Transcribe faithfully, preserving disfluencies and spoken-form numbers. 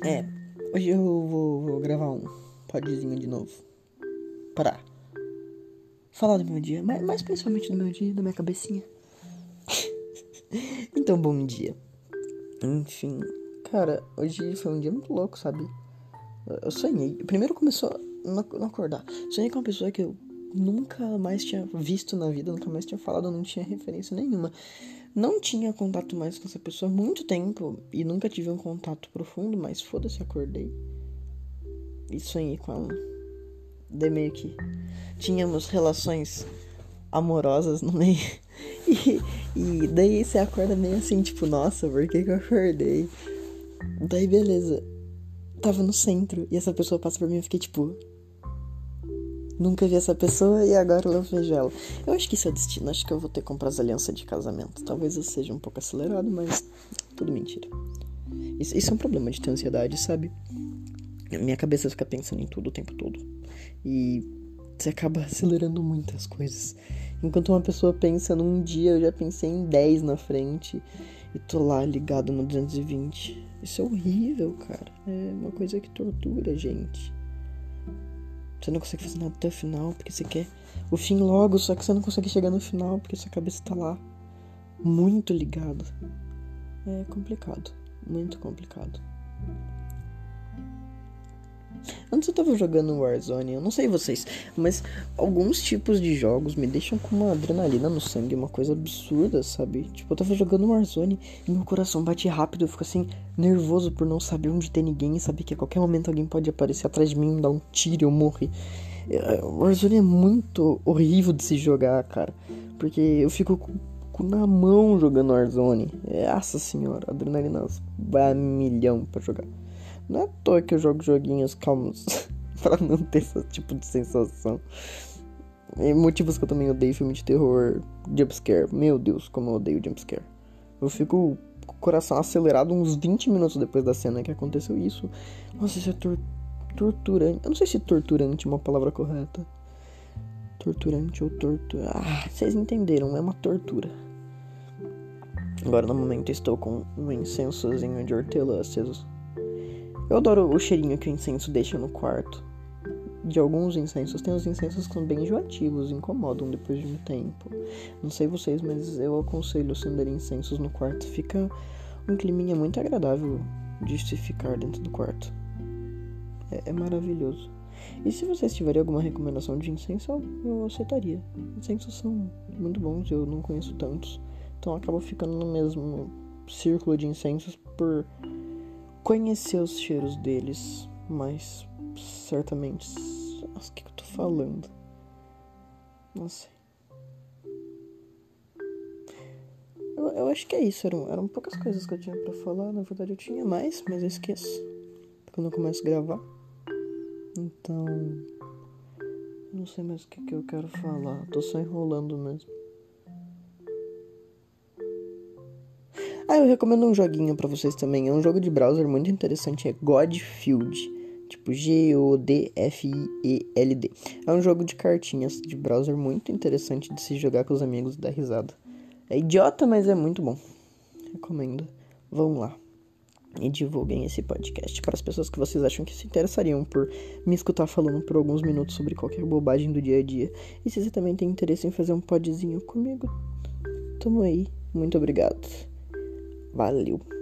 É, hoje eu vou, vou gravar um podzinho de novo pra falar do meu dia, mas, mas principalmente do meu dia, da minha cabecinha. Então, bom dia. Enfim, cara, hoje foi um dia muito louco, sabe? Eu sonhei. Primeiro começou a não acordar. Sonhei com uma pessoa que eu nunca mais tinha visto na vida, nunca mais tinha falado, não tinha referência nenhuma. Não tinha contato mais com essa pessoa há muito tempo e nunca tive um contato profundo, mas foda-se, acordei e sonhei com ela. Daí meio que tínhamos relações amorosas no meio. E, e daí você acorda meio assim, tipo, nossa, por que que eu acordei? Daí beleza. Tava no centro e essa pessoa passa por mim e eu fiquei tipo, nunca vi essa pessoa e agora eu vejo ela. Eu acho que isso é destino, acho que eu vou ter que comprar as alianças de casamento. Talvez eu seja um pouco acelerado, mas tudo mentira. Isso, isso é um problema de ter ansiedade, sabe? Minha cabeça fica pensando em tudo o tempo todo. E você acaba acelerando muitas coisas. Enquanto uma pessoa pensa num dia, eu já pensei em dez na frente. E tô lá ligado no duzentos e vinte. Isso é horrível, cara. É uma coisa que tortura a gente. Você não consegue fazer nada até o final porque você quer o fim logo, só que você não consegue chegar no final porque sua cabeça tá lá muito ligada. É complicado, muito complicado. Antes eu tava jogando Warzone, eu não sei vocês, mas alguns tipos de jogos me deixam com uma adrenalina no sangue, uma coisa absurda, sabe? Tipo, eu tava jogando Warzone e meu coração bate rápido, eu fico assim, nervoso por não saber onde tem ninguém e saber que a qualquer momento alguém pode aparecer atrás de mim, dar um tiro e eu morrer. Warzone é muito horrível de se jogar, cara, porque eu fico com na mão jogando Warzone. Nossa senhora, a adrenalina vai a milhão pra jogar. Não é à toa que eu jogo joguinhos calmos pra não ter esse tipo de sensação. E motivos que eu também odeio filme de terror, jumpscare. Meu Deus, como eu odeio jumpscare. Eu fico com o coração acelerado uns vinte minutos depois da cena que aconteceu isso. Nossa, isso é tor- torturante. Eu não sei se torturante é uma palavra correta. Torturante ou tortura. Ah, vocês entenderam, é uma tortura. Agora no momento estou com um incensozinho de hortelã aceso. Eu adoro o cheirinho que o incenso deixa no quarto. De alguns incensos, tem os incensos que são bem enjoativos, incomodam depois de um tempo. Não sei vocês, mas eu aconselho acender incensos no quarto. Fica um climinha muito agradável de se ficar dentro do quarto. É, é maravilhoso. E se vocês tiverem alguma recomendação de incenso, eu, eu aceitaria. Incensos são muito bons, eu não conheço tantos. Então eu acabo ficando no mesmo círculo de incensos por conhecer os cheiros deles, mas certamente... Nossa, o que, que eu tô falando? Não sei. Eu, eu acho que é isso, eram, eram poucas coisas que eu tinha pra falar. Na verdade eu tinha mais, mas eu esqueço quando eu começo a gravar. Então... não sei mais o que, que eu quero falar. Tô só enrolando mesmo. Ah, eu recomendo um joguinho pra vocês também. É um jogo de browser muito interessante. É Godfield. Tipo G O D F I E L D. É um jogo de cartinhas de browser muito interessante de se jogar com os amigos e dar risada. É idiota, mas é muito bom. Recomendo. Vão lá. E divulguem esse podcast para as pessoas que vocês acham que se interessariam por me escutar falando por alguns minutos sobre qualquer bobagem do dia a dia. E se você também tem interesse em fazer um podzinho comigo, tamo aí. Muito obrigado. Valeu.